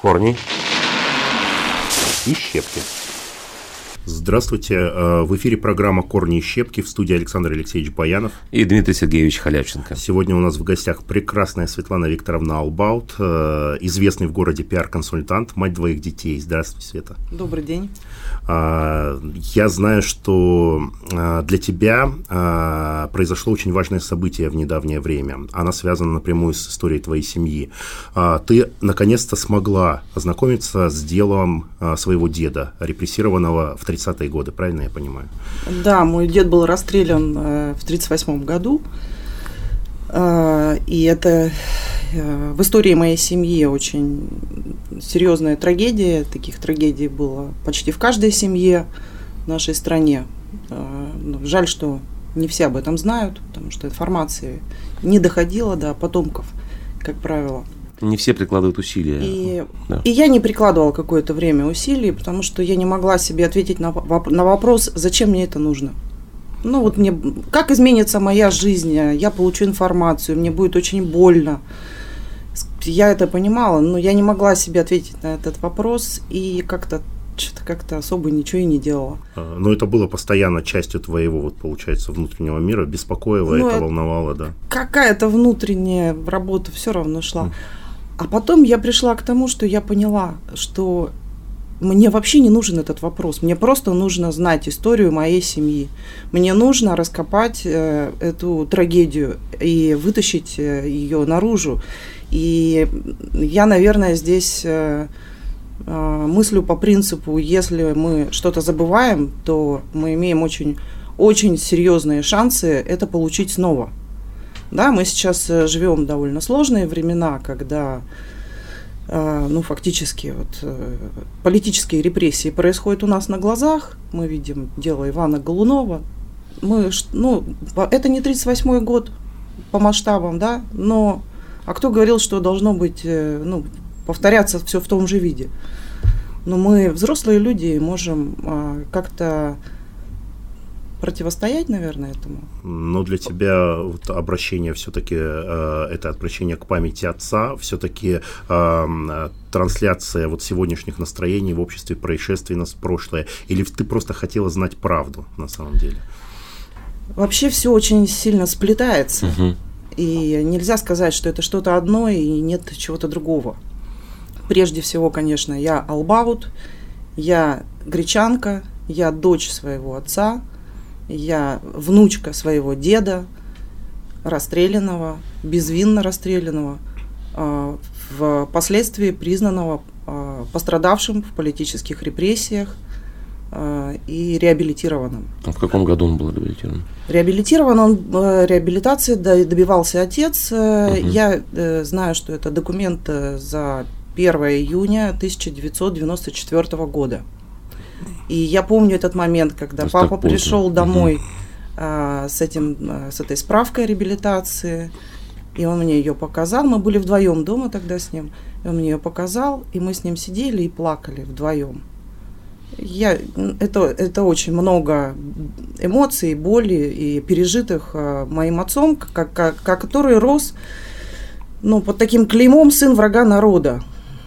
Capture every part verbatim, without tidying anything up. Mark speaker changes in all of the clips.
Speaker 1: Корни и щепки.
Speaker 2: Здравствуйте. В эфире программа «Корни и щепки», в студии Александр Алексеевич Баянов
Speaker 1: и Дмитрий Сергеевич Халявченко.
Speaker 2: Сегодня у нас в гостях прекрасная Светлана Викторовна Албаут, известный в городе пиар-консультант, мать двоих детей. Здравствуйте, Света.
Speaker 3: Добрый день.
Speaker 2: Я знаю, что для тебя произошло очень важное событие в недавнее время. Оно связано напрямую с историей твоей семьи. Ты наконец-то смогла ознакомиться с делом своего деда, репрессированного в тридцатые годы, правильно я понимаю?
Speaker 3: Да, мой дед был расстрелян в тридцать восьмом году. И это в истории моей семьи очень серьезная трагедия. Таких трагедий было почти в каждой семье в нашей стране. Жаль, что не все об этом знают, потому что информация не доходила до потомков, как правило.
Speaker 1: Не все прикладывают усилия.
Speaker 3: И,
Speaker 1: да.
Speaker 3: и я не прикладывала какое-то время усилий, потому что я не могла себе ответить на, на вопрос, зачем мне это нужно. Ну вот мне, как изменится моя жизнь, я получу информацию, мне будет очень больно. Я это понимала, но я не могла себе ответить на этот вопрос и как-то что-то как-то особо ничего и не делала.
Speaker 2: Но это было постоянно частью твоего, вот, получается, внутреннего мира, беспокоило, ну, это волновало, да?
Speaker 3: Какая-то внутренняя работа все равно шла. Mm. А потом я пришла к тому, что я поняла, что мне вообще не нужен этот вопрос. Мне просто нужно знать историю моей семьи. Мне нужно раскопать э, эту трагедию и вытащить э, ее наружу. И я, наверное, здесь э, э, мыслю по принципу, если мы что-то забываем, то мы имеем очень, очень серьезные шансы это получить снова. Да, мы сейчас живем в довольно сложные времена, когда э, ну, фактически вот, э, политические репрессии происходят у нас на глазах. Мы видим дело Ивана Голунова. Мы, ну, это не тридцать восьмой год по масштабам, да, но а кто говорил, что должно быть, э, ну, повторяться все в том же виде? Но мы, взрослые люди, можем э, как-то противостоять, наверное, этому.
Speaker 2: Но для тебя вот обращение все-таки, э, это обращение к памяти отца, все-таки э, трансляция вот сегодняшних настроений в обществе, происшествий нас в прошлое, или ты просто хотела знать правду на самом деле?
Speaker 3: Вообще все очень сильно сплетается,
Speaker 1: угу.
Speaker 3: И нельзя сказать, что это что-то одно и нет чего-то другого. Прежде всего, конечно, я Албаут, я гречанка, я дочь своего отца, я внучка своего деда, расстрелянного, безвинно расстрелянного, э, впоследствии признанного э, пострадавшим в политических репрессиях э, и реабилитированным.
Speaker 1: А в каком году он был реабилитирован?
Speaker 3: Реабилитирован он, э, реабилитации добивался отец. Э,
Speaker 1: угу.
Speaker 3: Я э, знаю, что это документ за первое июня тысяча девятьсот девяносто четвёртого года. И я помню этот момент, когда
Speaker 1: Просто
Speaker 3: папа пришел домой
Speaker 1: угу.
Speaker 3: а, с, этим, а, с этой справкой о реабилитации, и он мне ее показал. Мы были вдвоем дома тогда с ним, и он мне ее показал, и мы с ним сидели и плакали вдвоем. Я, это, это очень много эмоций, боли и пережитых а, моим отцом, как, как, который рос, ну, под таким клеймом «сын врага народа».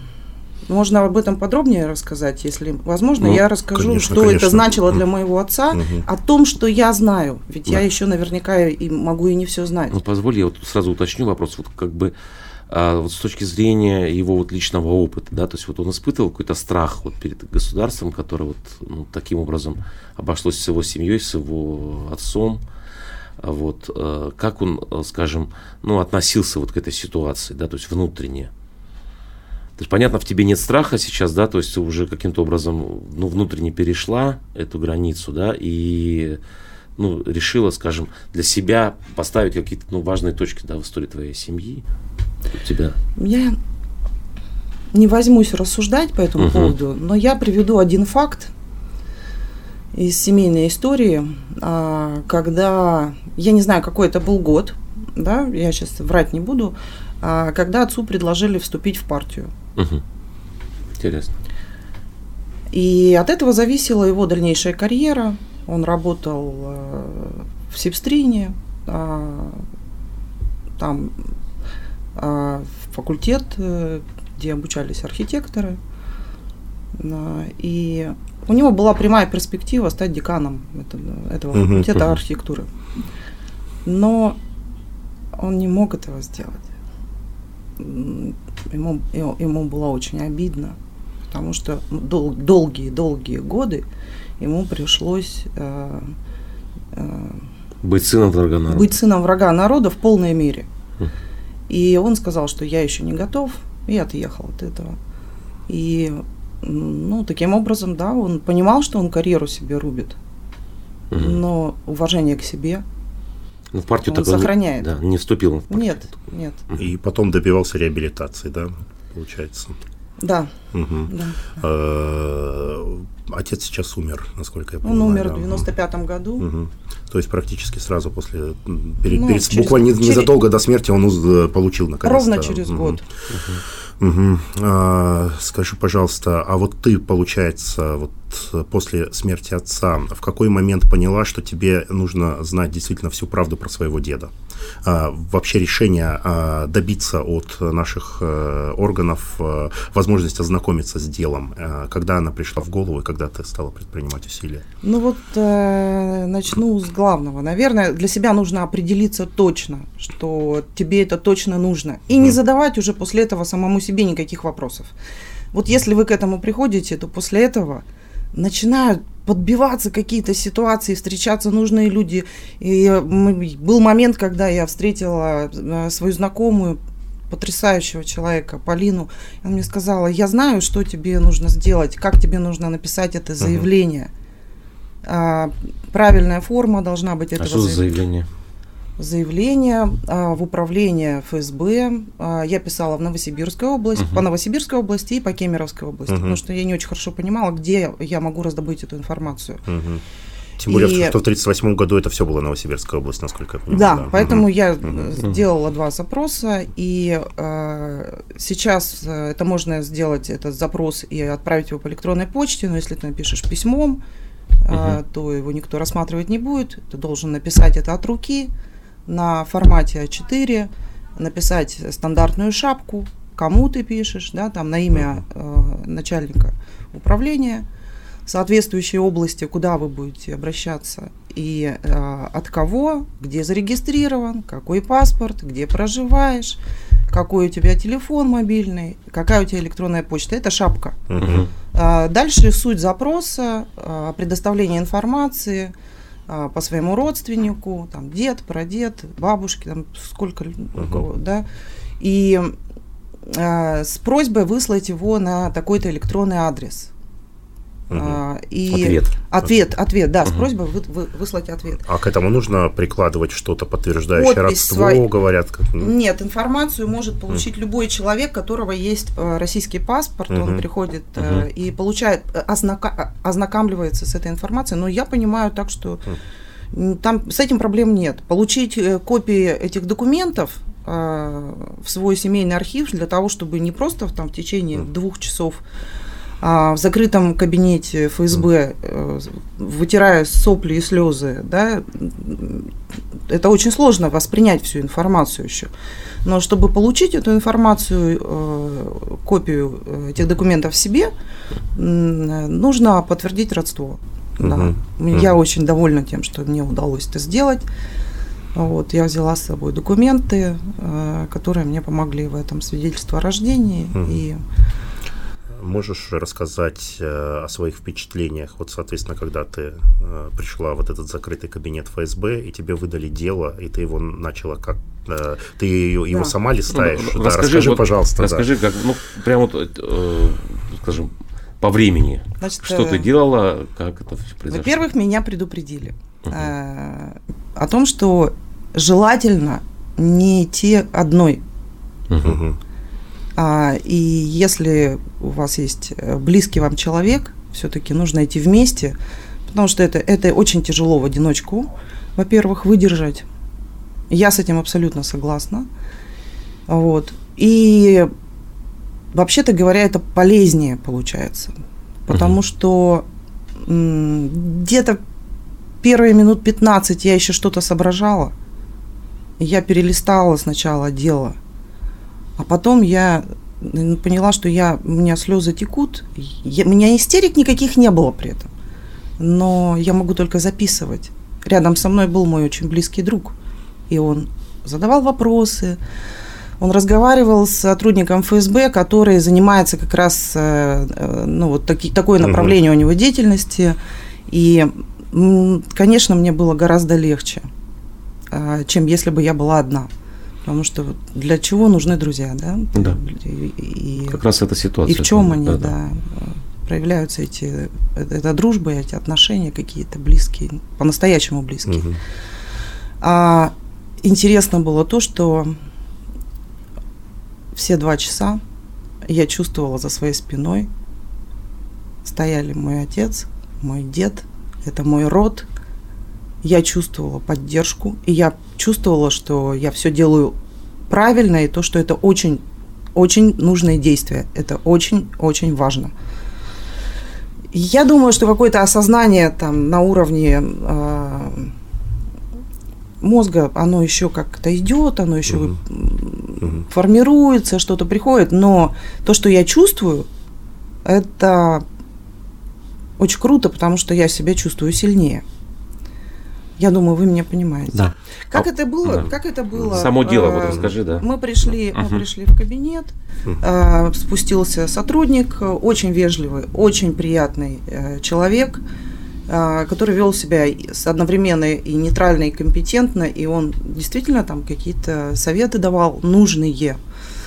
Speaker 3: Можно об этом подробнее рассказать, если возможно. Ну, я расскажу,
Speaker 2: конечно,
Speaker 3: что
Speaker 2: конечно.
Speaker 3: это значило для моего отца,
Speaker 2: угу.
Speaker 3: о том, что я знаю. Ведь
Speaker 1: да.
Speaker 3: я еще наверняка и могу и не все знать.
Speaker 1: Ну, позволь, я вот сразу уточню вопрос. Вот как бы а, вот с точки зрения его вот личного опыта, да, то есть вот он испытывал какой-то страх вот перед государством, которое вот ну, таким образом обошлось с его семьей, с его отцом. Вот, а, как он, скажем, ну, относился вот к этой ситуации, да, то есть внутренне. То есть, понятно, в тебе нет страха сейчас, да, то есть ты уже каким-то образом, ну, внутренне перешла эту границу, да, и, ну, решила, скажем, для себя поставить какие-то, ну, важные точки, да, в истории твоей семьи, у тебя.
Speaker 3: Я не возьмусь рассуждать по этому uh-huh. поводу, но я приведу один факт из семейной истории, когда, я не знаю, какой это был год, да, я сейчас врать не буду, когда отцу предложили вступить в партию.
Speaker 1: Угу. Интересно.
Speaker 3: И от этого зависела его дальнейшая карьера. Он работал в Сибстрине, там факультет где обучались архитекторы. И у него была прямая перспектива стать деканом этого, этого uh-huh, факультета uh-huh. архитектуры. Но он не мог этого сделать. Ему, ему было очень обидно, потому что долгие-долгие годы ему пришлось э, э,
Speaker 1: быть сыном врага народа.
Speaker 3: Быть сыном врага народа в полной мере. Uh-huh. И он сказал, что я еще не готов, и отъехал от этого. И ну, таким образом, да, он понимал, что он карьеру себе рубит, угу. но уважение к себе
Speaker 1: но в партию
Speaker 3: он сохраняет.
Speaker 1: Да, не вступил в партию.
Speaker 3: Нет, нет.
Speaker 2: И потом добивался реабилитации, да, получается?
Speaker 3: Да.
Speaker 2: Угу.
Speaker 3: да.
Speaker 2: Отец сейчас умер, насколько я понимаю.
Speaker 3: Он умер
Speaker 2: да.
Speaker 3: в девяносто пятом году.
Speaker 2: Угу. То есть практически сразу после, перед,
Speaker 3: ну,
Speaker 2: перед,
Speaker 3: через,
Speaker 2: буквально
Speaker 3: через,
Speaker 2: незадолго до смерти он получил наконец-то.
Speaker 3: Ровно через
Speaker 2: угу.
Speaker 3: год.
Speaker 2: Угу. Угу. А, скажи, пожалуйста, а вот ты, получается, вот после смерти отца, в какой момент поняла, что тебе нужно знать действительно всю правду про своего деда? А, вообще решение а, добиться от наших а, органов а, возможность ознакомиться с делом, а, когда она пришла в голову и когда ты стала предпринимать усилия?
Speaker 3: Ну вот э, начну с главного. Наверное, для себя нужно определиться точно, что тебе это точно нужно. И mm. не задавать уже после этого самому себе никаких вопросов. Вот если вы к этому приходите, то после этого начинают подбиваться какие-то ситуации, встречаться нужные люди. И был момент, когда я встретила свою знакомую, потрясающего человека, Полину. Она мне сказала, я знаю, что тебе нужно сделать, как тебе нужно написать это заявление. Uh-huh. Правильная форма должна быть этого
Speaker 1: а что за заявление?
Speaker 3: Заявление а, в управление эф эс бэ. А, я писала в Новосибирской области, uh-huh. по Новосибирской области и по Кемеровской области, uh-huh. потому что я не очень хорошо понимала, где я могу раздобыть эту информацию.
Speaker 2: Uh-huh. Тем более, и... что в тридцать восьмом году это все было Новосибирская область, насколько я понимаю.
Speaker 3: Да,
Speaker 2: да.
Speaker 3: поэтому uh-huh. я
Speaker 2: uh-huh.
Speaker 3: сделала два запроса, и э, сейчас это можно сделать, этот запрос, и отправить его по электронной почте, но если ты напишешь письмом, uh-huh. э, то его никто рассматривать не будет, ты должен написать это от руки, на формате а четыре, написать стандартную шапку, кому ты пишешь, да, там на имя э, начальника управления, соответствующей области, куда вы будете обращаться, и э, от кого, где зарегистрирован, какой паспорт, где проживаешь, какой у тебя телефон мобильный, какая у тебя электронная почта. Это шапка. Uh-huh. Э, дальше суть запроса, э, предоставление информации по своему родственнику, там, дед, прадед, бабушки, там, сколько, uh-huh. у кого, да, и э, с просьбой выслать его на такой-то электронный адрес.
Speaker 2: Uh-huh.
Speaker 3: И
Speaker 1: ответ.
Speaker 3: Ответ, ответ, да, uh-huh. с просьбой вы, вы, выслать ответ.
Speaker 2: А к этому нужно прикладывать что-то, подтверждающее
Speaker 3: подпись
Speaker 2: родство,
Speaker 3: свой...
Speaker 2: говорят? Как...
Speaker 3: Нет, информацию может получить uh-huh. любой человек, у которого есть российский паспорт, uh-huh. он приходит uh-huh. и получает, ознака... ознакомливается с этой информацией, но я понимаю так, что uh-huh. там с этим проблем нет. Получить копии этих документов в свой семейный архив для того, чтобы не просто там, в течение uh-huh. двух часов в закрытом кабинете эф эс бэ, вытирая сопли и слезы, да, это очень сложно воспринять всю информацию еще. Но чтобы получить эту информацию, копию этих документов себе, нужно подтвердить родство. Uh-huh. Да. Uh-huh. Я очень довольна тем, что мне удалось это сделать. Вот, я взяла с собой документы, которые мне помогли в этом, свидетельство о рождении. Uh-huh. И
Speaker 2: можешь рассказать э, о своих впечатлениях, вот, соответственно, когда ты э, пришла в вот этот закрытый кабинет эф эс бэ, и тебе выдали дело, и ты его начала как... Э, ты его, да. его сама листаешь?
Speaker 1: Ну,
Speaker 2: да,
Speaker 1: расскажи,
Speaker 2: расскажи,
Speaker 1: вот,
Speaker 2: пожалуйста.
Speaker 1: Расскажи,
Speaker 2: да.
Speaker 1: как, ну, прямо вот, э, скажем, по времени.
Speaker 3: Значит,
Speaker 1: что ты делала, как это произошло?
Speaker 3: Во-первых, меня предупредили uh-huh. э, о том, что желательно не идти одной.
Speaker 2: Uh-huh.
Speaker 3: И если у вас есть близкий вам человек, все-таки нужно идти вместе, потому что это, это очень тяжело в одиночку, во-первых, выдержать. Я с этим абсолютно согласна. Вот. И вообще-то говоря, это полезнее получается, потому uh-huh. что м- где-то первые минут пятнадцать я еще что-то соображала, я перелистала сначала дело. А потом я поняла, что я, у меня слезы текут, я, у меня истерик никаких не было при этом, но я могу только записывать. Рядом со мной был мой очень близкий друг, и он задавал вопросы, он разговаривал с сотрудником эф эс бэ, который занимается как раз, ну, вот таки, такое направление угу. у него деятельности, и, конечно, мне было гораздо легче, чем если бы я была одна. Потому что для чего нужны друзья, да?
Speaker 1: Да.
Speaker 3: И, и,
Speaker 1: как раз эта ситуация.
Speaker 3: И в чем они, да,
Speaker 1: да,
Speaker 3: да, проявляются эти, эта дружба, эти отношения какие-то близкие, по-настоящему близкие. Угу. А интересно было то, что все два часа я чувствовала за своей спиной, стояли мой отец, мой дед, это мой род. Я чувствовала поддержку, и я чувствовала, что я все делаю правильно, и то, что это очень, очень нужное действие. Это очень-очень важно. Я думаю, что какое-то осознание там на уровне э, мозга, оно еще как-то идет, оно еще uh-huh. Uh-huh. формируется, что-то приходит, но то, что я чувствую, это очень круто, потому что я себя чувствую сильнее. Я думаю, вы меня понимаете.
Speaker 1: Да.
Speaker 3: Как
Speaker 1: а,
Speaker 3: это было?
Speaker 1: Да.
Speaker 3: Как это было?
Speaker 1: Само дело, вот расскажи, да.
Speaker 3: Мы пришли,
Speaker 1: uh-huh.
Speaker 3: мы пришли в кабинет, uh-huh. э, спустился сотрудник, очень вежливый, очень приятный э, человек, э, который вел себя одновременно и нейтрально, и компетентно, и он действительно там какие-то советы давал нужные.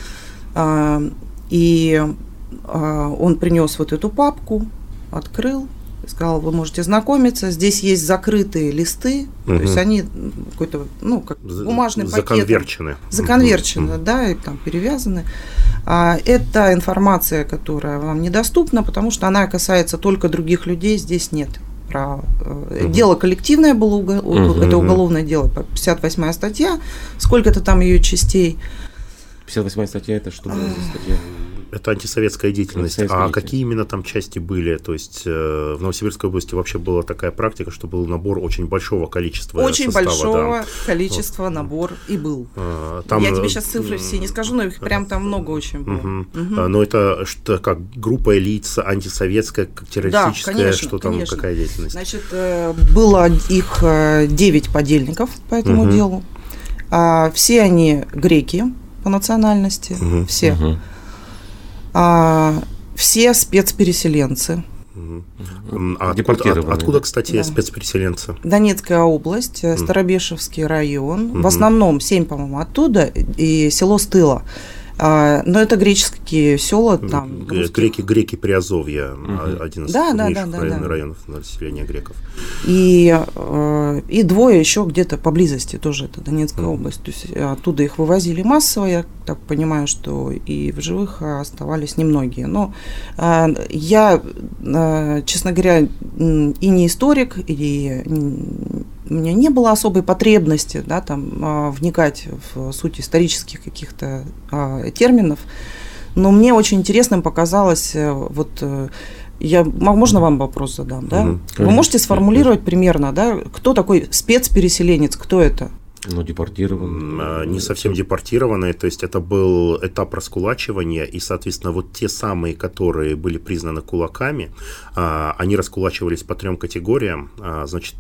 Speaker 3: Э, и э, он принес вот эту папку, открыл. Сказал, вы можете знакомиться, здесь есть закрытые листы, угу. то есть они какой-то, ну, как бумажный пакет.
Speaker 2: Законверчены.
Speaker 3: Законверчены,
Speaker 2: угу.
Speaker 3: да, и там перевязаны. А, это информация, которая вам недоступна, потому что она касается только других людей, здесь нет. Про, угу. Дело коллективное было, угу. это уголовное дело, пятьдесят восьмая статья, сколько-то там ее частей.
Speaker 1: пятьдесят восьмая статья, это что была за статья?
Speaker 2: Это антисоветская деятельность.
Speaker 1: Антисоветская
Speaker 2: а
Speaker 1: деятельность. Какие
Speaker 2: именно там части были? То есть э, в Новосибирской области вообще была такая практика, что был набор очень большого количества
Speaker 3: Очень
Speaker 2: состава,
Speaker 3: большого
Speaker 2: да.
Speaker 3: количества вот. Набор и был. А, там, Я тебе сейчас цифры все не скажу, но их прям там много очень было. Угу.
Speaker 2: Угу. А, но это что, как группа лиц, антисоветская, как террористическая, да, конечно, что там, конечно. Какая деятельность?
Speaker 3: Значит, было их девять подельников по этому угу. делу. Все они греки по национальности, угу. все. Угу. А, все спецпереселенцы.
Speaker 2: Угу. А откуда, от, откуда, кстати, да. спецпереселенцы?
Speaker 3: Донецкая область, угу. Старобешевский район. Угу. В основном семь, по-моему, оттуда и село Стыла. А, но это греческие села. Там,
Speaker 2: греки, греки Приазовья, угу. один из
Speaker 3: да,
Speaker 2: крупнейших
Speaker 3: да, да,
Speaker 2: районов,
Speaker 3: да.
Speaker 2: районов населения греков.
Speaker 3: И, и двое еще где-то поблизости, тоже это Донецкая угу. область. То есть оттуда их вывозили массово, я так понимаю, что и в живых оставались немногие. Но а, я, а, честно говоря, и не историк, и у меня не было особой потребности, да, там, вникать в суть исторических каких-то а, терминов, но мне очень интересным показалось, вот, я, можно вам вопрос задам, да? Угу, Вы можете сформулировать примерно, да, кто такой спецпереселенец, кто это?
Speaker 1: Ну, депортированные.
Speaker 2: Не совсем депортированные, то есть это был этап раскулачивания, и, соответственно, вот те самые, которые были признаны кулаками, они раскулачивались по трем категориям, значит,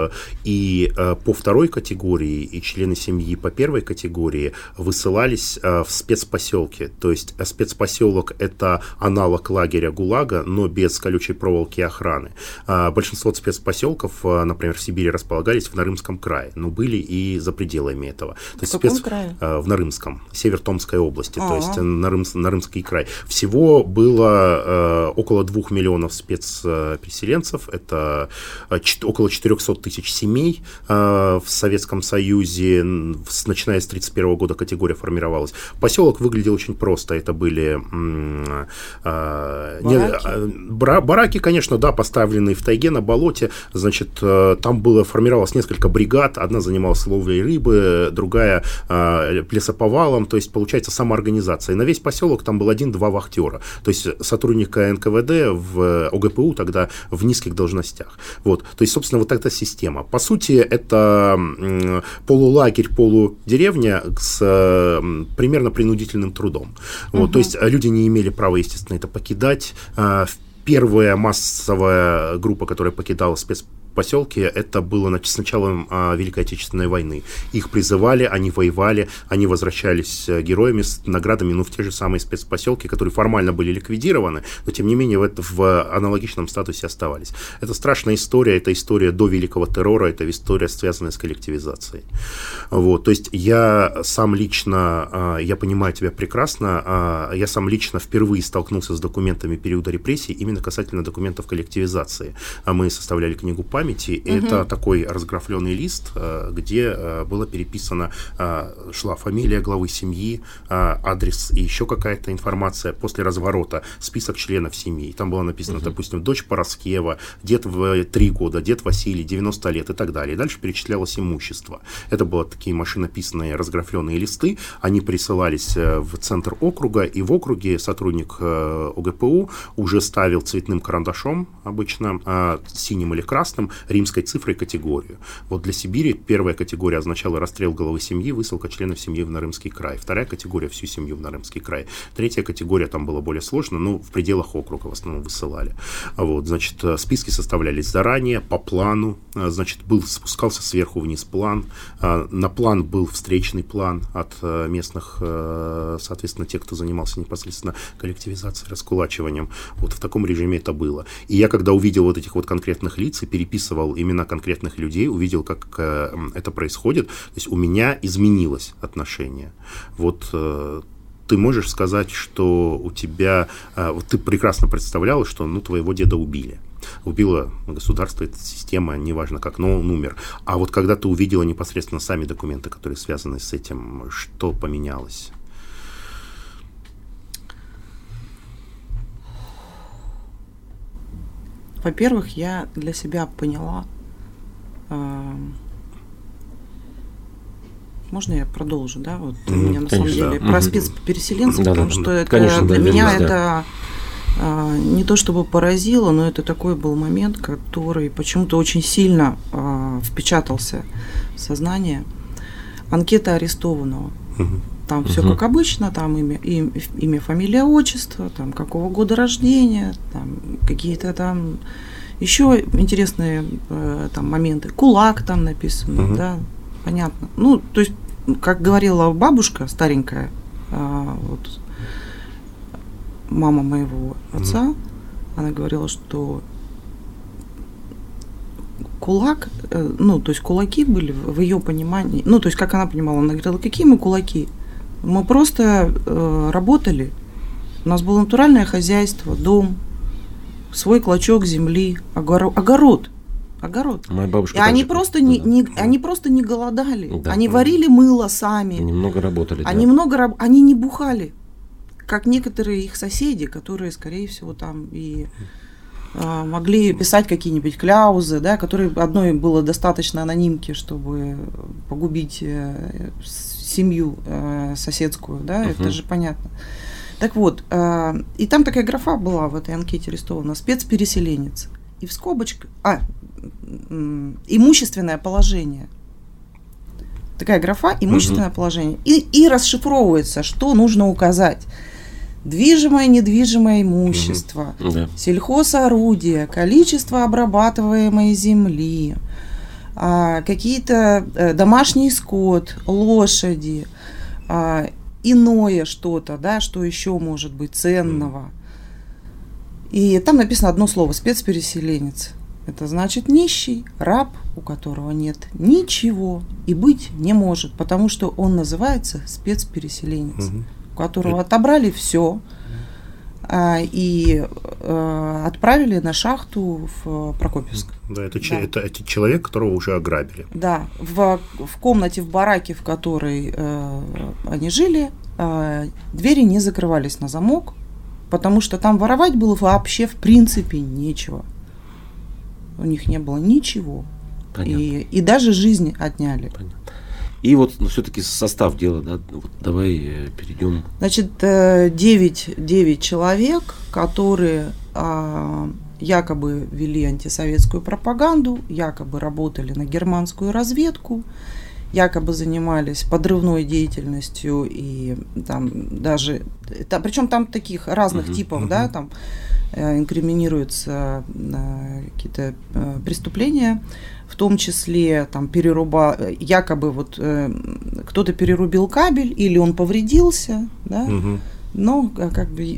Speaker 2: и по второй категории, и члены семьи по первой категории высылались в спецпоселки, то есть спецпоселок – это аналог лагеря ГУЛАГа, но без колючей проволоки и охраны. Большинство спецпоселков, например, в Сибири располагались в Нарымском крае, но были и за пределами этого. То есть
Speaker 3: в каком
Speaker 2: спец...
Speaker 3: крае?
Speaker 2: В Нарымском, Север Томской области, А-а-а. то есть Нарым... Нарымский край. Всего было э, около двух миллионов спецпереселенцев, это ч... около четырехсот тысяч семей э, в Советском Союзе, с... начиная с тридцать первого года категория формировалась. Поселок выглядел очень просто, это были э, э,
Speaker 3: бараки?
Speaker 2: Не... Бара... бараки, конечно, да, поставленные в тайге на болоте, значит, э, там было, формировалось несколько бригад, одна занималась ловлей ловлей рыбы, другая э, лесоповалом, то есть, получается, самоорганизация. И на весь поселок там был один-два вахтера, то есть сотрудника эн ка вэ дэ в о гэ пэ у тогда в низких должностях. Вот. То есть, собственно, вот эта система. По сути, это м, полулагерь, полудеревня с м, примерно принудительным трудом. Вот. Uh-huh. То есть люди не имели права, естественно, это покидать. Первая массовая группа, которая покидала спецпоселки, это было с началом а, Великой Отечественной войны. Их призывали, они воевали, они возвращались героями с наградами, ну, в те же самые спецпоселки, которые формально были ликвидированы, но, тем не менее, в, это, в аналогичном статусе оставались. Это страшная история, это история до Великого террора, это история, связанная с коллективизацией. Вот, то есть я сам лично, я понимаю тебя прекрасно, я сам лично впервые столкнулся с документами периода репрессий, именно касательно документов коллективизации. Мы составляли книгу памяти, угу. Это такой разграфленный лист, где было переписано, шла фамилия главы семьи, адрес и еще какая-то информация после разворота, список членов семьи. Там было написано, угу. допустим, дочь Пороскева, дед в три года, дед Василий, девяносто лет и так далее. И дальше перечислялось имущество. Это были такие машинописные разграфленные листы, они присылались в центр округа, и в округе сотрудник о гэ пэ у уже ставил цветным карандашом, обычно синим или красным, римской цифрой категорию. Вот для Сибири первая категория означала расстрел главы семьи, высылка членов семьи в Нарымский край. Вторая категория — всю семью в Нарымский край. Третья категория, там было более сложно, но в пределах округа в основном высылали. Вот, значит, списки составлялись заранее, по плану, значит, был, спускался сверху вниз план. На план был встречный план от местных, соответственно, тех, кто занимался непосредственно коллективизацией, раскулачиванием. Вот в таком режиме это было. И я, когда увидел вот этих вот конкретных лиц и переписывал имена конкретных людей, увидел, как э, это происходит, то есть у меня изменилось отношение. Вот э, ты можешь сказать, что у тебя, э, вот ты прекрасно представляла, что, ну, твоего деда убили. Убило государство, эта система, неважно как, но он умер. А вот когда ты увидела непосредственно сами документы, которые связаны с этим, что поменялось?
Speaker 3: Во-первых, я для себя поняла, э, можно я продолжу, да, вот mm, у меня на самом деле да. про mm-hmm. спецпереселенцев, да, потому да, что да, это конечно, для да, меня вернусь, это да. э, не то чтобы поразило, но это такой был момент, который почему-то очень сильно э, впечатался в сознание. Анкета арестованного. Mm-hmm. Там все угу. как обычно, там имя, имя, имя, фамилия, отчество, там какого года рождения, там какие-то там еще интересные э, там моменты. Кулак там написано, угу. да, понятно. Ну, то есть, как говорила бабушка старенькая, э, вот мама моего отца, угу. она говорила, что кулак, э, ну, то есть кулаки были в, в ее понимании, ну, то есть, как она понимала, она говорила, какие мы кулаки? Мы просто э, работали, у нас было натуральное хозяйство, дом, свой клочок земли, огород, огород, огород.
Speaker 1: Моя бабушка.
Speaker 3: И они просто не, не, да. они просто не голодали, да, они варили мыло сами.
Speaker 1: Они много работали.
Speaker 3: Они да. много, они не бухали, как некоторые их соседи, которые, скорее всего, там и э, могли писать какие-нибудь кляузы, да, которые одной было достаточно анонимки, чтобы погубить э, семью э, соседскую, да, uh-huh. это же понятно. Так вот, э, и там такая графа была в этой анкете арестована, спецпереселенец. И в скобочках, а, э, имущественное положение. Такая графа, имущественное uh-huh. положение. И, и расшифровывается, что нужно указать. Движимое, недвижимое имущество, uh-huh. yeah. сельхозорудие, количество обрабатываемой земли, А, какие-то а, домашний скот, лошади, а, иное что-то, да, что еще может быть ценного. И там написано одно слово — спецпереселенец. Это значит нищий, раб, у которого нет ничего и быть не может, потому что он называется спецпереселенец, угу. у которого отобрали все. И э, отправили на шахту в Прокопьевск.
Speaker 2: Да, это, да. это, это человек, которого уже ограбили.
Speaker 3: Да, в, в комнате, в бараке, в которой э, они жили, э, двери не закрывались на замок, потому что там воровать было вообще в принципе нечего. У них не было ничего. И, и даже жизнь отняли.
Speaker 1: Понятно. И вот ну, все-таки состав дела, да, вот давай перейдем.
Speaker 3: Значит, девять, девять человек, которые а, якобы вели антисоветскую пропаганду, якобы работали на германскую разведку, якобы занимались подрывной деятельностью и там даже, там, причем там таких разных uh-huh, типов, uh-huh. да, там э, инкриминируются э, какие-то э, преступления, в том числе там переруба, якобы вот э, кто-то перерубил кабель или он повредился, да, uh-huh. но как бы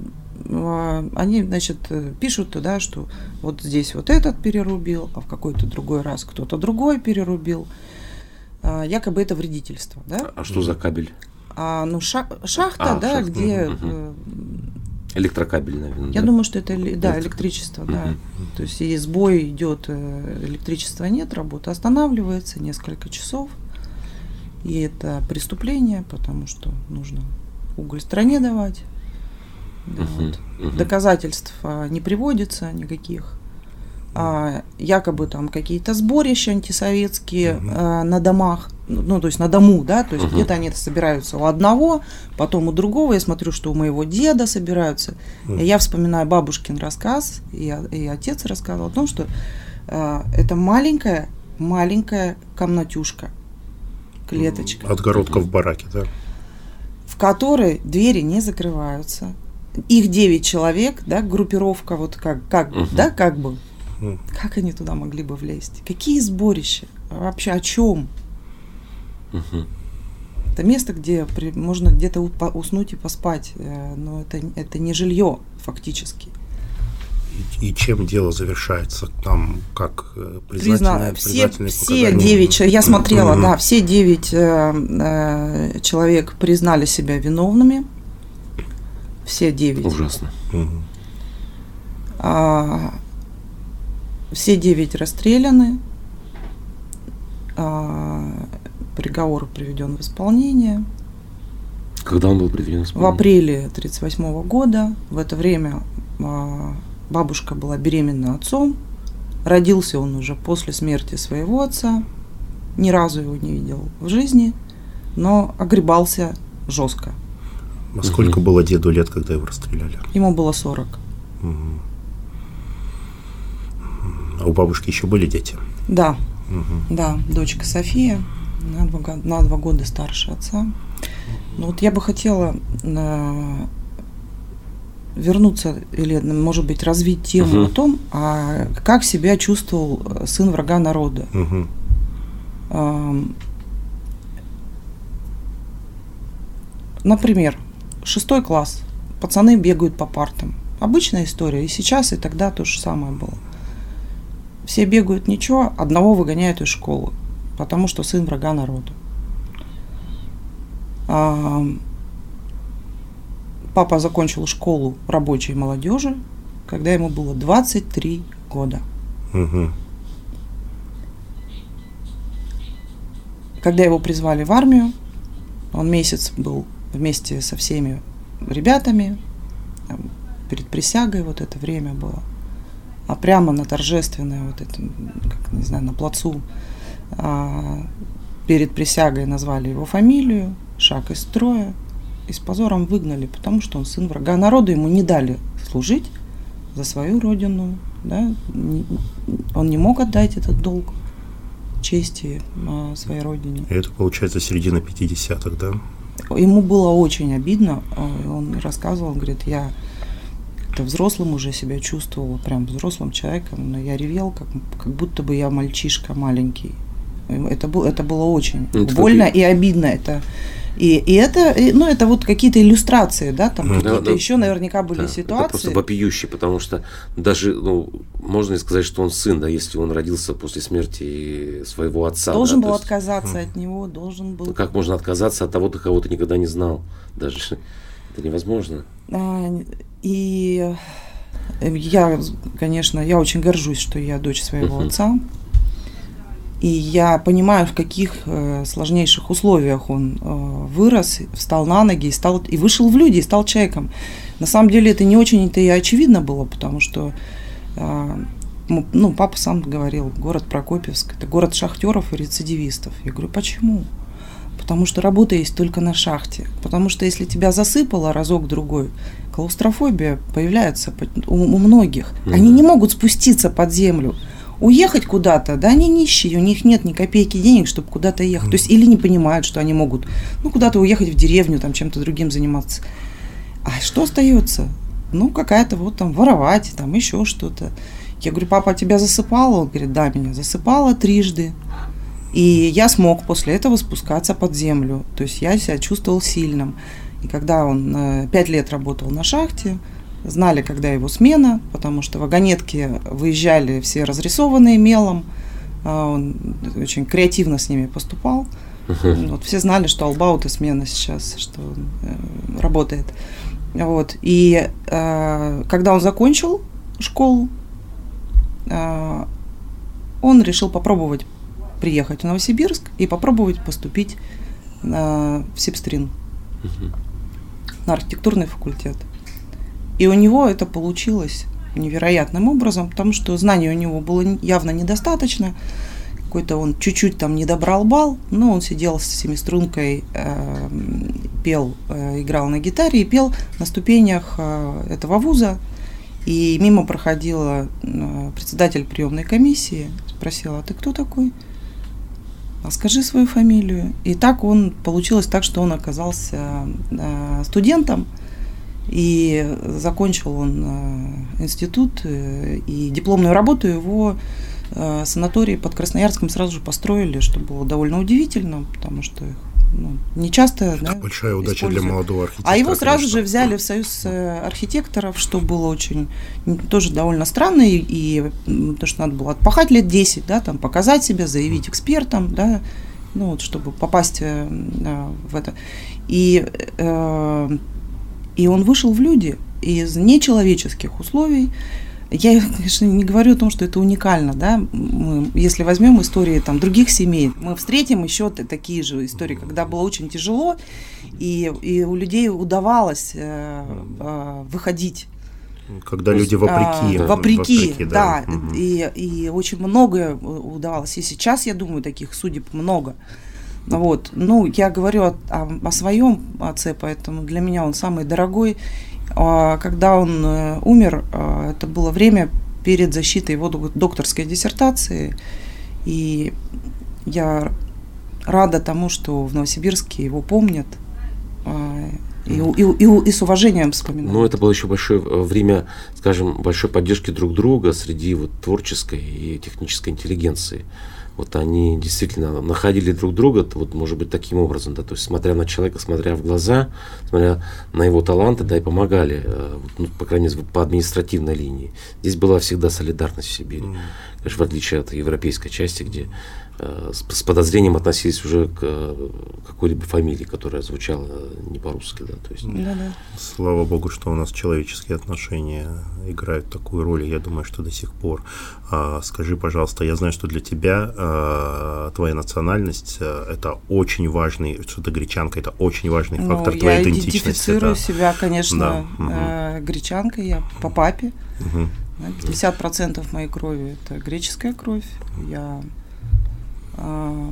Speaker 3: э, они, значит, пишут, да, что вот здесь вот этот перерубил, а в какой-то другой раз кто-то другой перерубил. Якобы это вредительство, да?
Speaker 1: А что за кабель?
Speaker 3: А, ну, ша- шахта, а, да, шахта. Где... Угу.
Speaker 1: Электрокабель, наверное.
Speaker 3: Я
Speaker 1: да?
Speaker 3: думаю, что это, да, электричество, угу. да. То есть, и сбой идет, электричества нет, работа останавливается несколько часов. И это преступление, потому что нужно уголь стране давать. Да, угу. Вот. Угу. Доказательств не приводится никаких. А, якобы там какие-то сборища антисоветские uh-huh. а, на домах, ну, то есть на дому, да, то есть uh-huh. где-то они собираются у одного, потом у другого, я смотрю, что у моего деда собираются, uh-huh. и я вспоминаю бабушкин рассказ, и, и отец рассказывал о том, что а, это маленькая, маленькая комнатюшка, клеточка.
Speaker 2: Отгородка uh-huh. в бараке, да.
Speaker 3: В которой двери не закрываются, их девять человек, да, группировка, вот как, как uh-huh. да, как бы. Как они туда могли бы влезть? Какие сборища? Вообще о чем? Угу. Это место, где при, можно где-то уснуть и поспать, но это, это не жилье фактически.
Speaker 2: И, и чем дело завершается? Там как признательные,
Speaker 3: все, все девять, я смотрела, да, все девять э, э, человек признали себя виновными. Все девять.
Speaker 1: Ужасно.
Speaker 2: Угу.
Speaker 3: А, Все девять расстреляны, а, приговор приведен в исполнение.
Speaker 1: Когда он был приведен в исполнение?
Speaker 3: В апреле тысяча девятьсот тридцать восьмого года. В это время а, бабушка была беременна отцом. Родился он уже после смерти своего отца. Ни разу его не видел в жизни, но огребался жестко.
Speaker 2: А сколько угу. было деду лет, когда его расстреляли?
Speaker 3: Ему было сорок.
Speaker 2: Угу. А у бабушки еще были дети?
Speaker 3: Да,
Speaker 2: угу.
Speaker 3: да, дочка София, на два, на два года старше отца. Но вот я бы хотела э, вернуться или, может быть, развить тему угу. о том, а как себя чувствовал сын врага народа.
Speaker 2: Угу.
Speaker 3: Э, например, шестой класс, пацаны бегают по партам. Обычная история, и сейчас, и тогда то же самое было. Все бегают, ничего, одного выгоняют из школы, потому что сын врага народа. А, папа закончил школу рабочей молодежи, когда ему было двадцать три года.
Speaker 2: Угу.
Speaker 3: Когда его призвали в армию, он месяц был вместе со всеми ребятами, там, перед присягой вот это время было. А прямо на торжественное, вот это, как, не знаю, на плацу а, перед присягой назвали его фамилию, шаг из строя, и с позором выгнали, потому что он сын врага народа, ему не дали служить за свою родину, да, не, он не мог отдать этот долг чести а, своей родине.
Speaker 2: И это, получается, середина пятидесятых, да?
Speaker 3: Ему было очень обидно, он рассказывал, говорит, я взрослым уже себя чувствовала, прям взрослым человеком, но я ревел, как, как будто бы я мальчишка маленький. Это, был, это было очень это больно и... и обидно. Это, и, и это, и, ну, это вот какие-то иллюстрации, да, там да, какие-то да, еще наверняка были да, ситуации.
Speaker 1: Это просто вопиюще, потому что даже, ну, можно сказать, что он сын, да, если он родился после смерти своего отца.
Speaker 3: Должен
Speaker 1: да,
Speaker 3: был
Speaker 1: есть,
Speaker 3: отказаться mm. от него, должен был.
Speaker 1: Ну, как можно отказаться от того, кого ты никогда не знал? Даже это невозможно.
Speaker 3: А, и я, конечно, я очень горжусь, что я дочь своего uh-huh. отца. И я понимаю, в каких э, сложнейших условиях он э, вырос, встал на ноги и, стал, и вышел в люди, и стал человеком. На самом деле это не очень-то и очевидно было, потому что э, ну, папа сам говорил, город Прокопьевск – это город шахтеров и рецидивистов. Я говорю, почему? Потому что работа есть только на шахте. Потому что если тебя засыпало разок-другой, клаустрофобия появляется у, у многих. Mm-hmm. Они не могут спуститься под землю. Уехать куда-то, да, они нищие, у них нет ни копейки денег, чтобы куда-то ехать. Mm-hmm. То есть или не понимают, что они могут, ну, куда-то уехать в деревню, там, чем-то другим заниматься. А что остается? Ну, какая-то вот там воровать, там еще что-то. Я говорю, папа, тебя засыпало? Он говорит, да, меня засыпало трижды. И я смог после этого спускаться под землю. То есть я себя чувствовал сильным. И когда он э, пять лет работал на шахте, знали, когда его смена, потому что вагонетки выезжали все разрисованные мелом. Э, он очень креативно с ними поступал. Uh-huh. Вот, все знали, что Албаут и смена сейчас, что э, работает. Вот. И э, когда он закончил школу, э, он решил попробовать приехать в Новосибирск и попробовать поступить на, в Сибстрин, uh-huh. на архитектурный факультет. И у него это получилось невероятным образом, потому что знаний у него было явно недостаточно. Какой-то он чуть-чуть там не добрал балл, но он сидел с семистрункой, э, пел, э, играл на гитаре и пел на ступенях э, этого вуза. И мимо проходила э, председатель приемной комиссии, спросила, а ты кто такой? А скажи свою фамилию. И так он, получилось так, что он оказался э, студентом, и закончил он э, институт, э, и дипломную работу его э, санаторий под Красноярском сразу же построили, что было довольно удивительно, потому что их ну, не часто.
Speaker 2: Да, большая удача для молодого архитектора.
Speaker 3: А его сразу
Speaker 2: конечно.
Speaker 3: же взяли в союз архитекторов, что было очень тоже довольно странно, и, и то, что надо было отпахать лет десять, да, там, показать себя, заявить экспертам, да, ну, вот, чтобы попасть э, в это. И, э, и он вышел в люди из нечеловеческих условий. Я, конечно, не говорю о том, что это уникально, да, мы, если возьмем истории там, других семей, мы встретим еще такие же истории, когда было очень тяжело, и, и у людей удавалось э, э, выходить.
Speaker 2: Когда люди вопреки.
Speaker 3: А, вопреки,
Speaker 2: вопреки,
Speaker 3: да,
Speaker 2: да. Угу.
Speaker 3: И, и очень многое удавалось, и сейчас, я думаю, таких судеб много. Вот. Ну, я говорю о, о, о своем отце, поэтому для меня он самый дорогой. Когда он умер, это было время перед защитой его докторской диссертации, и я рада тому, что в Новосибирске его помнят и, и, и, и с уважением вспоминают.
Speaker 1: Ну, это было еще большое время, скажем, большой поддержки друг друга среди вот творческой и технической интеллигенции. Вот они действительно находили друг друга, вот, может быть, таким образом, да, то есть смотря на человека, смотря в глаза, смотря на его таланты, да, и помогали, ну, по крайней мере, по административной линии. Здесь была всегда солидарность в Сибири, mm. конечно, в отличие от европейской части, где э, с, с подозрением относились уже к э, какой-либо фамилии, которая звучала не по-русски, да, то есть.
Speaker 3: Mm-hmm.
Speaker 2: Слава богу, что у нас человеческие отношения играют такую роль, я думаю, что до сих пор. А, скажи, пожалуйста, я знаю, что для тебя а, твоя национальность а, это очень важный, что ты гречанка, это очень важный фактор
Speaker 3: ну,
Speaker 2: твоей
Speaker 3: я
Speaker 2: идентичности.
Speaker 3: Я идентифицирую
Speaker 2: да.
Speaker 3: себя, конечно,
Speaker 2: да.
Speaker 3: э, гречанкой, я по папе.
Speaker 2: Угу.
Speaker 3: пятьдесят процентов моей крови – это греческая кровь. Я, э,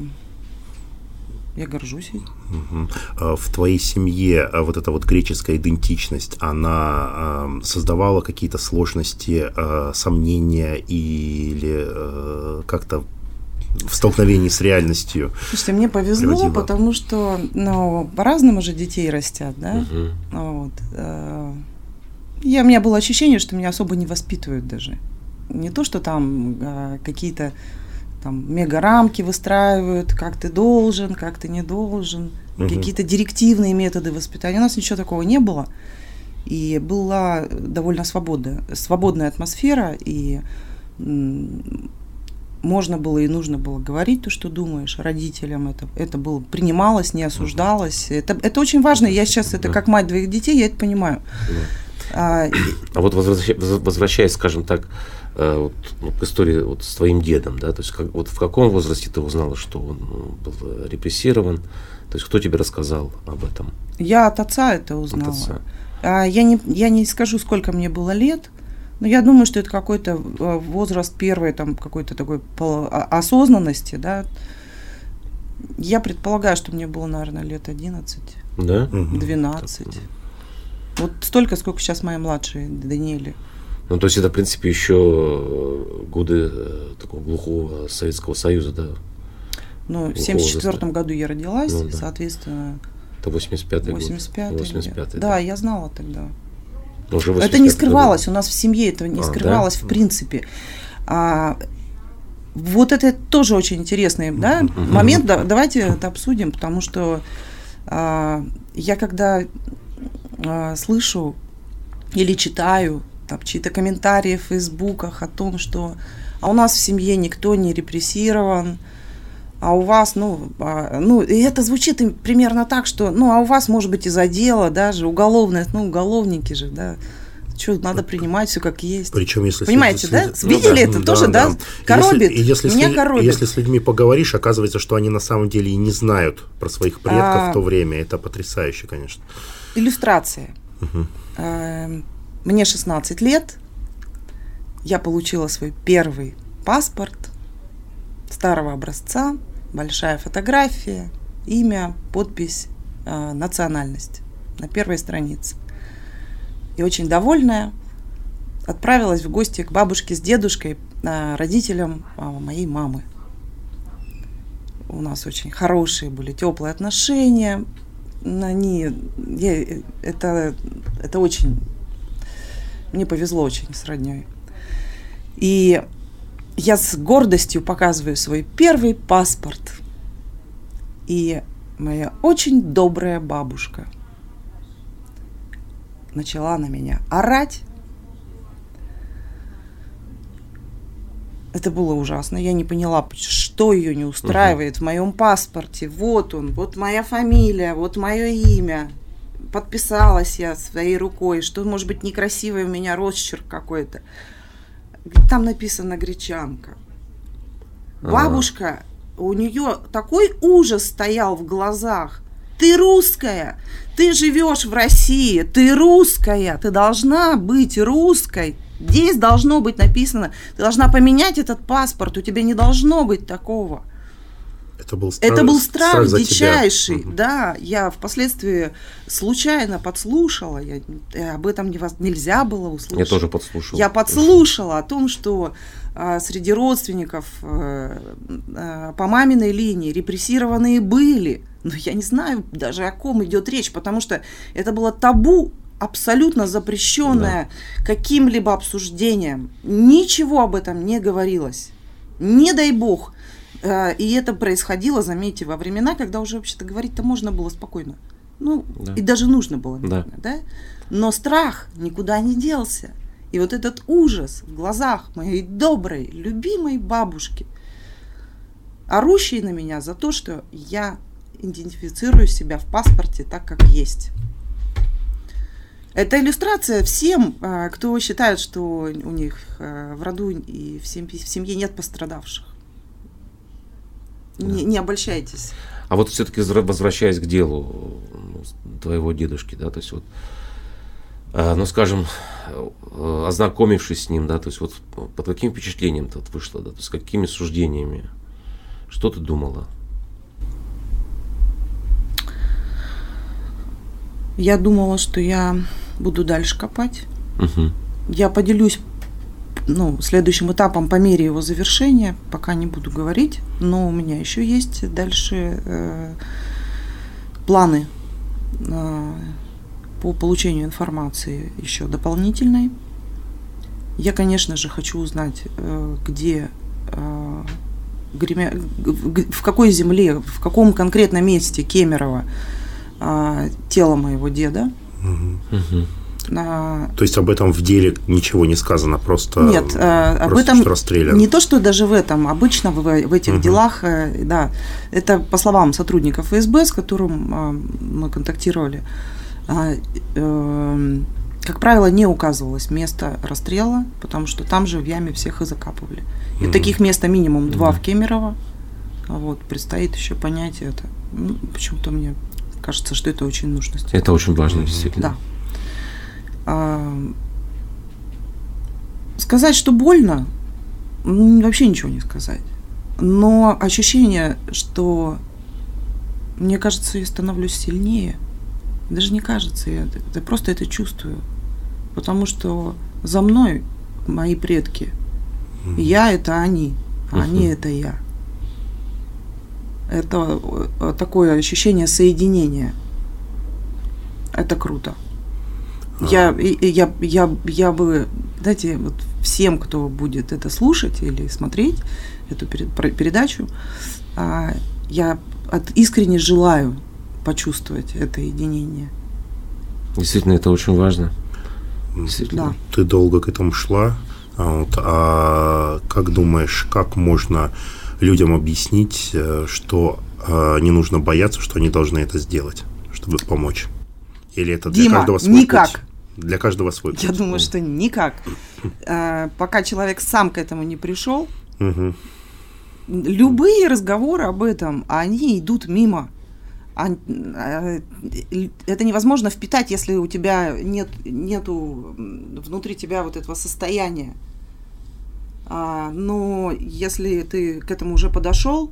Speaker 3: я горжусь ей.
Speaker 2: Угу. В твоей семье вот эта вот греческая идентичность, она э, создавала какие-то сложности, э, сомнения или э, как-то в столкновении с реальностью?
Speaker 3: Слушайте, мне повезло,
Speaker 2: приводила? Потому
Speaker 3: что ну, по-разному же детей растят, да?
Speaker 1: Угу.
Speaker 3: Вот. Э, я, у меня было ощущение, что меня особо не воспитывают даже. Не то, что там э, какие-то там мега-рамки выстраивают, как ты должен, как ты не должен, угу. какие-то директивные методы воспитания. У нас ничего такого не было. И была довольно свободная, свободная атмосфера, и м- можно было и нужно было говорить то, что думаешь родителям. Это, это было, принималось, не осуждалось. Это, это очень важно. Я сейчас, это как мать двоих детей, я это понимаю.
Speaker 1: А, а вот возвращаясь, возвращаясь, скажем так, вот, ну, к истории вот с твоим дедом, да, то есть как, вот в каком возрасте ты узнала, что он был репрессирован, то есть кто тебе рассказал об этом?
Speaker 3: Я от отца это узнала.
Speaker 1: От отца.
Speaker 3: А, я, не, я не скажу, сколько мне было лет, но я думаю, что это какой-то возраст первой там какой-то такой осознанности, да. Я предполагаю, что мне было, наверное, лет одиннадцать,
Speaker 1: Да?
Speaker 3: двенадцать. Вот столько, сколько сейчас моей младшей Даниэле.
Speaker 1: Ну, то есть это, в принципе, еще годы такого глухого Советского Союза, да?
Speaker 3: Ну, в семьдесят четвёртом году я родилась,
Speaker 1: ну, да.
Speaker 3: соответственно...
Speaker 1: Это восемьдесят пятый год.
Speaker 3: восемьдесят пятый.
Speaker 1: восемьдесят пятый,
Speaker 3: да. да, я знала тогда.
Speaker 1: Уже
Speaker 3: это не скрывалось, году. У нас в семье это не а, скрывалось да? в принципе. А, вот это тоже очень интересный да, mm-hmm. момент, да, давайте это обсудим, потому что а, я когда а, слышу или читаю там, чьи-то комментарии в фейсбуках о том, что а у нас в семье никто не репрессирован, а у вас, ну, а, ну, и это звучит примерно так, что, ну, а у вас, может быть, из-за дела даже уголовное, ну, уголовники же, да, что, надо принимать все как есть.
Speaker 2: Причем, если...
Speaker 3: Понимаете,
Speaker 2: след...
Speaker 3: да? Ну, Видели да, это да, тоже, да? да? Коробит,
Speaker 2: если,
Speaker 3: меня
Speaker 2: если,
Speaker 3: коробит.
Speaker 2: Если с людьми поговоришь, оказывается, что они на самом деле и не знают про своих предков а... в то время. Это потрясающе, конечно.
Speaker 3: Иллюстрация.
Speaker 2: Угу.
Speaker 3: А, мне шестнадцать лет, я получила свой первый паспорт старого образца, большая фотография, имя, подпись, э, национальность на первой странице. И очень довольная отправилась в гости к бабушке с дедушкой, э, родителям э, моей мамы. У нас очень хорошие были, теплые отношения. Они, я, это, это очень, мне повезло очень с роднёй. И я с гордостью показываю свой первый паспорт. И моя очень добрая бабушка начала на меня орать. Это было ужасно. Я не поняла, что ее не устраивает uh-huh. в моем паспорте. Вот он, вот моя фамилия, вот мое имя. Подписалась я своей рукой, что, может быть, некрасивый у меня росчерк какой-то. Там написано гречанка. А-а-а. Бабушка, у нее такой ужас стоял в глазах. Ты русская, ты живешь в России, ты русская, ты должна быть русской. Здесь должно быть написано, ты должна поменять этот паспорт, у тебя не должно быть такого.
Speaker 2: Это был страх,
Speaker 3: Это был страх, страх
Speaker 2: дичайший,
Speaker 3: угу. да. Я впоследствии случайно подслушала, я, об этом не, нельзя было услышать.
Speaker 1: Я тоже подслушал.
Speaker 3: Я подслушала о том, что а, среди родственников а, а, по маминой линии репрессированные были. Но я не знаю даже, о ком идет речь, потому что это было табу, абсолютно запрещенное да. каким-либо обсуждением. Ничего об этом не говорилось. Не дай бог. И это происходило, заметьте, во времена, когда уже вообще-то говорить-то можно было спокойно. Ну, да. и даже нужно было, наверное, да. да? Но страх никуда не делся. И вот этот ужас в глазах моей доброй, любимой бабушки, орущей на меня за то, что я идентифицирую себя в паспорте так, как есть. Это иллюстрация всем, кто считает, что у них в роду и в семье нет пострадавших. Не, не обольщайтесь.
Speaker 1: А вот все-таки возвращаясь к делу твоего дедушки, да, то есть вот, ну, скажем, ознакомившись с ним, да, то есть вот под каким впечатлением ты вышла, да, то есть какими суждениями, что ты думала?
Speaker 3: Я думала, что я буду дальше копать.
Speaker 1: Угу.
Speaker 3: Я поделюсь ну, следующим этапом по мере его завершения, пока не буду говорить, но у меня еще есть дальше э, планы э, по получению информации еще дополнительной. Я, конечно же, хочу узнать, э, где, э, гремя... в какой земле, в каком конкретном месте Кемерово э, тело моего деда.
Speaker 2: Угу. А, то есть об этом в деле ничего не сказано, просто,
Speaker 3: нет,
Speaker 2: просто
Speaker 3: об этом
Speaker 2: расстрелян.
Speaker 3: Не то, что даже в этом, обычно в, в этих угу. делах, да, это по словам сотрудников ФСБ, с которым а, мы контактировали, а, э, как правило, не указывалось место расстрела, потому что там же в яме всех и закапывали. И угу. таких мест минимум два угу. в Кемерово. Вот, предстоит еще понять это. Ну, почему-то мне кажется, что это очень нужно сделать.
Speaker 1: Это очень важно, действительно.
Speaker 3: Да. Сказать, что больно, вообще ничего не сказать. Но ощущение, что Мне кажется, я становлюсь сильнее. Даже не кажется, я, я просто это чувствую. Потому что за мной мои предки. Mm-hmm. Я – это они, а mm-hmm. они – это я. Это такое ощущение соединения. Это круто. Ah. Я, я, я, я бы, знаете, вот всем, кто будет это слушать или смотреть, эту передачу, я искренне желаю почувствовать это единение.
Speaker 1: Действительно, это очень важно.
Speaker 3: Да.
Speaker 2: Ты долго к этому шла. А, вот, а как думаешь, как можно людям объяснить, что а, не нужно бояться, что они должны это сделать, чтобы помочь? Или это для
Speaker 3: Дима,
Speaker 2: каждого свой
Speaker 3: никак.
Speaker 2: путь? Для каждого свой
Speaker 3: Я
Speaker 2: путь.
Speaker 3: думаю, что никак. А, пока человек сам к этому не пришел,
Speaker 2: угу.
Speaker 3: любые разговоры об этом, они идут мимо. Это невозможно впитать, если у тебя нет, нету внутри тебя вот этого состояния. А, но если ты к этому уже подошел,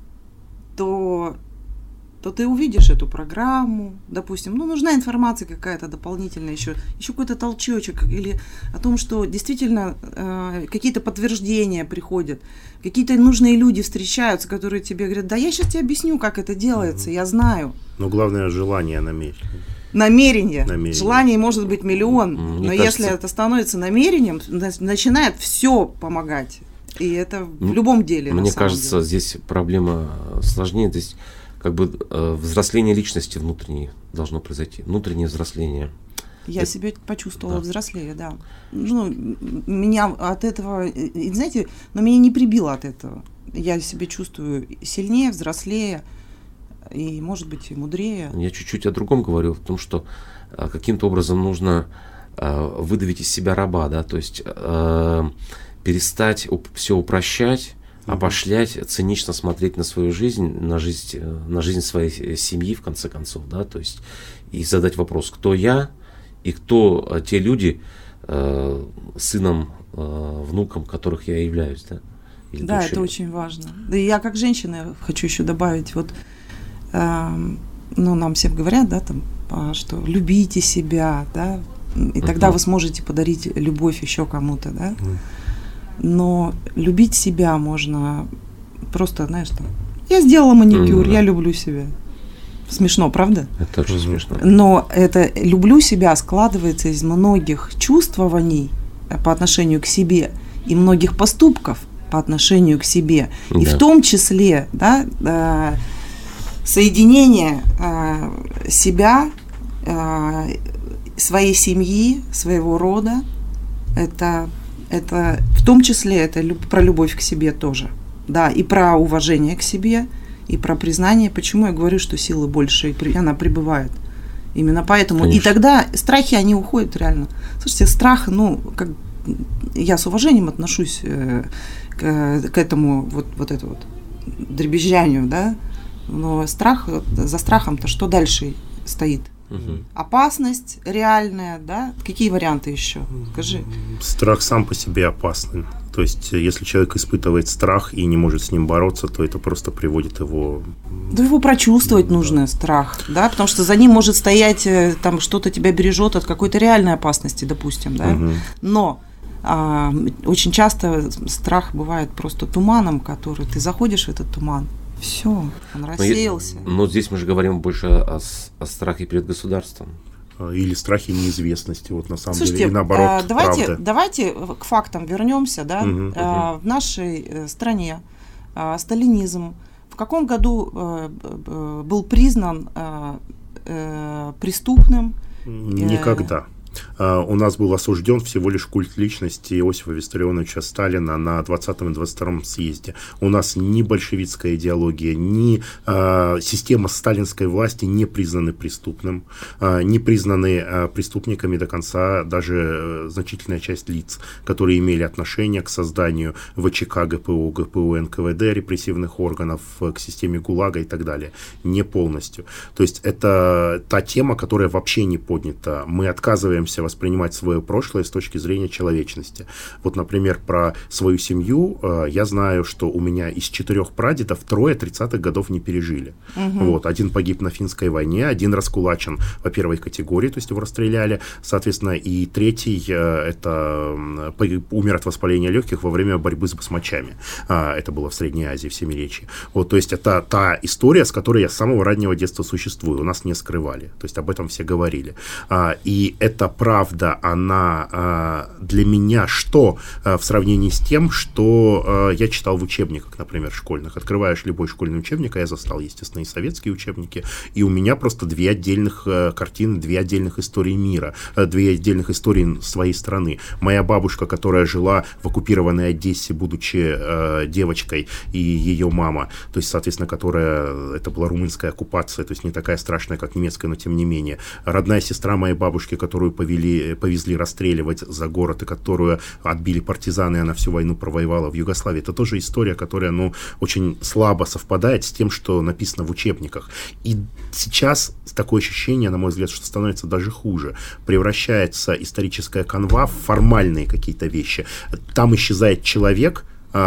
Speaker 3: то, то ты увидишь эту программу, допустим, ну, нужна информация какая-то дополнительная, еще, еще какой-то толчочек, или о том, что действительно э, какие-то подтверждения приходят, какие-то нужные люди встречаются, которые тебе говорят, да я сейчас тебе объясню, как это делается, mm-hmm. я знаю.
Speaker 2: Но главное желание, намерение.
Speaker 3: Намерение.
Speaker 2: намерение.
Speaker 3: Желаний может быть миллион,
Speaker 1: Мне
Speaker 3: но
Speaker 1: кажется...
Speaker 3: если это становится намерением, начинает все помогать. И это в любом деле.
Speaker 1: Мне кажется,
Speaker 3: деле.
Speaker 1: здесь проблема сложнее. Здесь как бы э, взросление личности внутренней должно произойти. Внутреннее взросление.
Speaker 3: Я
Speaker 1: это...
Speaker 3: себя почувствовала
Speaker 1: да.
Speaker 3: взрослее, да. Ну, меня от этого, знаете, но меня не прибило от этого. Я себя чувствую сильнее, взрослее и, может быть, и мудрее.
Speaker 1: Я чуть-чуть о другом говорю, в том, что э, каким-то образом нужно э, выдавить из себя раба, да, то есть э, перестать уп- все упрощать, mm-hmm. обошлять, цинично смотреть на свою жизнь, на жизнь, на жизнь своей семьи, в конце концов, да, то есть и задать вопрос, кто я и кто э, те люди, э, сыном, э, внуком которых я являюсь, да. Или
Speaker 3: да,
Speaker 1: дочерью.
Speaker 3: Это очень важно. Да и я как женщина хочу еще добавить, вот, э, ну, нам всем говорят, да, там, что любите себя, да, и тогда uh-huh. вы сможете подарить любовь еще кому-то, да. Uh-huh. Но любить себя можно просто, знаешь, там, я сделала маникюр, uh-huh. я люблю себя. Смешно, правда?
Speaker 1: Это очень смешно.
Speaker 3: Но это «люблю себя» складывается из многих чувствований по отношению к себе и многих поступков по отношению к себе. Да. И в том числе, да, э, соединение э, себя, э, своей семьи, своего рода, это, это в том числе это люб, про любовь к себе тоже. Да, и про уважение к себе, и про признание. Почему я говорю, что силы больше, и она прибывает. Именно поэтому. Конечно. И тогда страхи, они уходят реально. Слушайте, страх, ну, как я с уважением отношусь э, к, к этому вот, вот это вот дребезжанию, да, но страх, за страхом-то что дальше стоит? Угу. Опасность реальная, да? Какие варианты еще? Скажи.
Speaker 2: Страх сам по себе опасный. То есть, если человек испытывает страх и не может с ним бороться, то это просто приводит его...
Speaker 3: Да его прочувствовать да. нужно, страх, да, потому что за ним может стоять, там, что-то тебя бережет от какой-то реальной опасности, допустим, да, угу. но а, очень часто страх бывает просто туманом, который, ты заходишь в этот туман, все, он рассеялся.
Speaker 1: Но, но здесь мы же говорим больше о, о страхе перед государством.
Speaker 2: Или страхе неизвестности, вот на самом
Speaker 3: Слушайте,
Speaker 2: деле, и наоборот,
Speaker 3: давайте,
Speaker 2: правда.
Speaker 3: давайте к фактам вернемся, да, угу, угу. В нашей стране сталинизм в каком году был признан преступным?
Speaker 2: Никогда. У нас был осужден всего лишь культ личности Иосифа Виссарионовича Сталина на двадцатом и двадцать втором съезде. У нас ни большевистская идеология, ни э, система сталинской власти не признаны преступным, э, не признаны э, преступниками до конца даже э, значительная часть лиц, которые имели отношение к созданию ВЧК, ГПУ, ГПУ, эн ка вэ дэ, репрессивных органов, к системе ГУЛАГа и так далее. Не полностью. То есть это та тема, которая вообще не поднята. Мы отказываемся учимся воспринимать свое прошлое с точки зрения человечности. Вот, например, про свою семью э, я знаю, что у меня из четырех прадедов трое тридцатых годов не пережили. Угу. Вот, один погиб на финской войне, один раскулачен по первой категории, то есть его расстреляли, соответственно, и третий э, это э, умер от воспаления легких во время борьбы с басмачами. А, это было в Средней Азии, в Семиречье. Вот, то есть это та история, с которой я с самого раннего детства существую. У нас не скрывали. То есть об этом все говорили. А, и эта правда, она а, для меня что а, в сравнении с тем, что а, я читал в учебниках, например, школьных. Открываешь любой школьный учебник, а я застал, естественно, и советские учебники, и у меня просто две отдельных а, картины, две отдельных истории мира, а, две отдельных истории своей страны. Моя бабушка, которая жила в оккупированной Одессе, будучи а, девочкой, и ее мама, то есть, соответственно, которая, это была румынская оккупация, то есть не такая страшная, как немецкая, но тем не менее. Родная сестра моей бабушки, которую повели, повезли расстреливать за город, и которую отбили партизаны, и она всю войну провоевала в Югославии. Это тоже история, которая, ну, очень слабо совпадает с тем, что написано в учебниках. И сейчас такое ощущение, на мой взгляд, что становится даже хуже. Превращается историческая канва в формальные какие-то вещи. Там исчезает человек.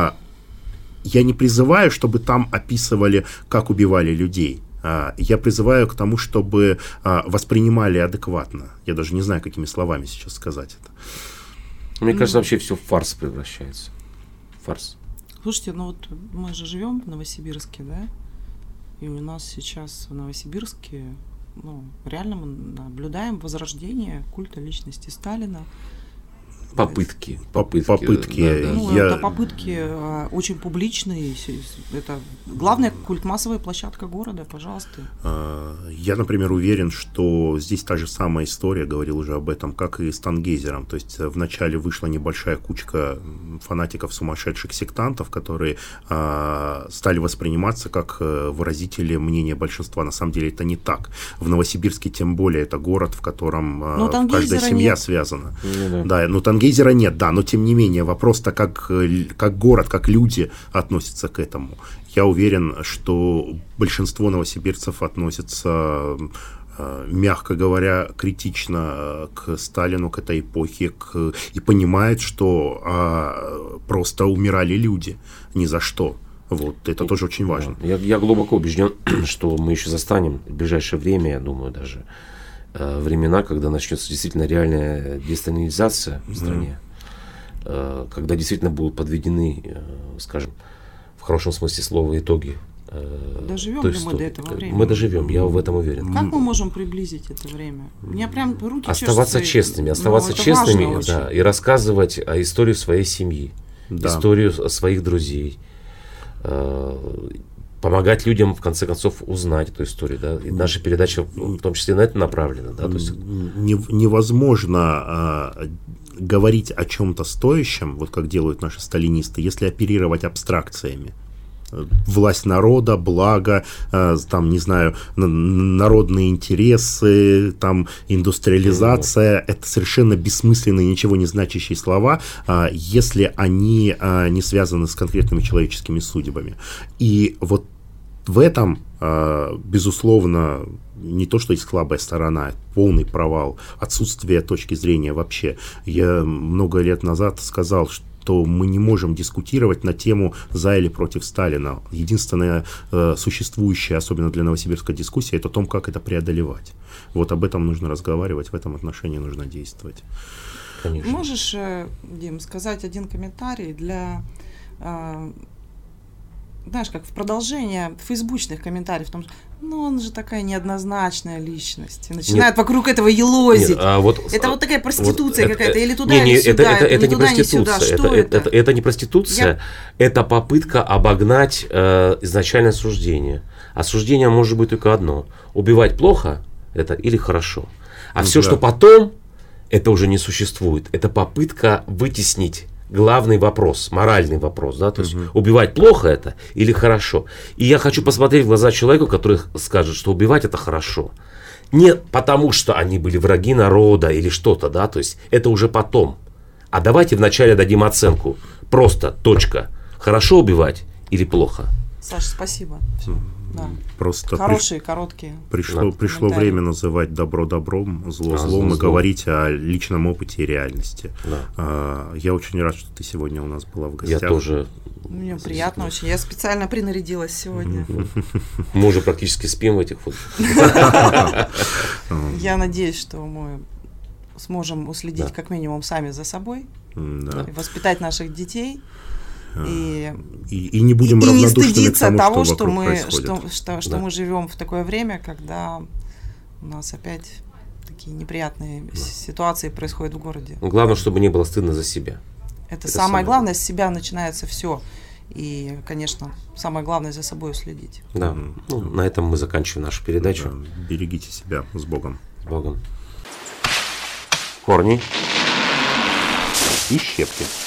Speaker 2: Я не призываю, чтобы там описывали, как убивали людей. Я призываю к тому, чтобы воспринимали адекватно. Я даже не знаю, какими словами сейчас сказать это.
Speaker 1: Мне кажется, вообще все в фарс превращается. Фарс.
Speaker 3: Слушайте, ну вот мы же живем в Новосибирске, да? И у нас сейчас в Новосибирске, ну, реально мы наблюдаем возрождение культа личности Сталина.
Speaker 1: Попытки. Попытки.
Speaker 2: Попытки.
Speaker 1: Да, да.
Speaker 3: Ну,
Speaker 2: я...
Speaker 3: это попытки а, очень публичные. Это главная культмассовая площадка города, пожалуйста.
Speaker 2: Я, например, уверен, что здесь та же самая история, говорил уже об этом, как и с Тангейзером. То есть вначале вышла небольшая кучка фанатиков, сумасшедших сектантов, которые а, стали восприниматься как выразители мнения большинства. На самом деле это не так. В Новосибирске тем более это город, в котором а, каждая семья нет. связана. Ну, да. Да, но Тангейзера нет, да, но тем не менее вопрос-то, как, как город, как люди относятся к этому. Я уверен, что большинство новосибирцев относятся, мягко говоря, критично к Сталину, к этой эпохе, к... и понимают, что а, просто умирали люди ни за что. Вот, это тоже очень важно.
Speaker 1: Я, я глубоко убежден, что мы еще застанем в ближайшее время, я думаю, даже времена, когда начнется действительно реальная десталинизация в стране, mm-hmm. когда действительно будут подведены, скажем, в хорошем смысле слова, итоги.
Speaker 3: Доживем ли мы до этого времени?
Speaker 1: Мы доживем, я в этом уверен.
Speaker 3: Как мы можем приблизить это время? У меня прям руки
Speaker 1: Оставаться
Speaker 3: чешутся.
Speaker 1: честными, оставаться ну, честными, да, и рассказывать о истории своей семьи, да. историю своих друзей. Помогать людям, в конце концов, узнать эту историю. Да? И наша передача в том числе на это направлена. Да? То есть...
Speaker 2: Невозможно а, говорить о чем-то стоящем, вот как делают наши сталинисты, если оперировать абстракциями. Власть народа, благо, э, там, не знаю, народные интересы, там, индустриализация. Mm-hmm. Это совершенно бессмысленные, ничего не значащие слова, э, если они э, не связаны с конкретными человеческими судьбами. И вот в этом, э, безусловно, не то, что есть слабая сторона, полный провал, отсутствие точки зрения вообще. Я много лет назад сказал, что то мы не можем дискутировать на тему за или против Сталина. Единственная э, существующая, особенно для Новосибирска, дискуссия, это о том, как это преодолевать. Вот об этом нужно разговаривать, в этом отношении нужно действовать.
Speaker 3: Конечно. Можешь, Дим, сказать один комментарий для... Э, знаешь, как в продолжение фейсбучных комментариев, в том, ну, он же такая неоднозначная личность. И начинают нет, вокруг этого елозить. Нет, а вот, это вот такая проституция вот, какая-то, или туда, не, не, или сюда,
Speaker 1: это, это,
Speaker 3: не,
Speaker 1: это
Speaker 3: туда,
Speaker 1: не проституция.
Speaker 3: ни сюда. Что
Speaker 1: это,
Speaker 3: это?
Speaker 1: Это, это не проституция, Я... это попытка обогнать э, изначальное суждение. А суждение может быть только одно. Убивать плохо это или хорошо. А ну, все, да. что потом, это уже не существует. Это попытка вытеснить главный вопрос, моральный вопрос, да, то есть uh-huh. убивать плохо это или хорошо. И я хочу посмотреть в глаза человеку, который скажет, что убивать это хорошо. Не потому, что они были враги народа или что-то, да, то есть это уже потом. А давайте вначале дадим оценку, просто точка, хорошо убивать или плохо.
Speaker 3: Саша, спасибо. Все. Да.
Speaker 2: Просто
Speaker 3: хорошие, приш... короткие.
Speaker 2: Пришло, да. пришло время называть добро добром, зло а, злом зло, и зло. говорить о личном опыте и реальности. Да. А, я очень рад, что ты сегодня у нас была в гостях.
Speaker 1: Я тоже.
Speaker 3: Мне приятно очень. Я специально принарядилась сегодня.
Speaker 1: Мы уже практически спим в этих фотках.
Speaker 3: Я надеюсь, что мы сможем уследить как минимум сами за собой, воспитать наших детей. И,
Speaker 2: и, и не будем
Speaker 3: и
Speaker 2: равнодушными
Speaker 3: не стыдиться
Speaker 2: к тому,
Speaker 3: того,
Speaker 2: что,
Speaker 3: что мы,
Speaker 2: что,
Speaker 3: что, что
Speaker 1: да.
Speaker 3: мы живем в такое время, когда у нас опять такие неприятные да. ситуации происходят в городе.
Speaker 1: Главное, чтобы не было стыдно за себя.
Speaker 3: Это, Это самое, самое главное, с себя начинается все. И, конечно, самое главное за собой уследить.
Speaker 1: Да, mm-hmm. ну, на этом мы заканчиваем нашу передачу.
Speaker 2: Да. Берегите себя. С Богом.
Speaker 1: С Богом. Корни и щепки.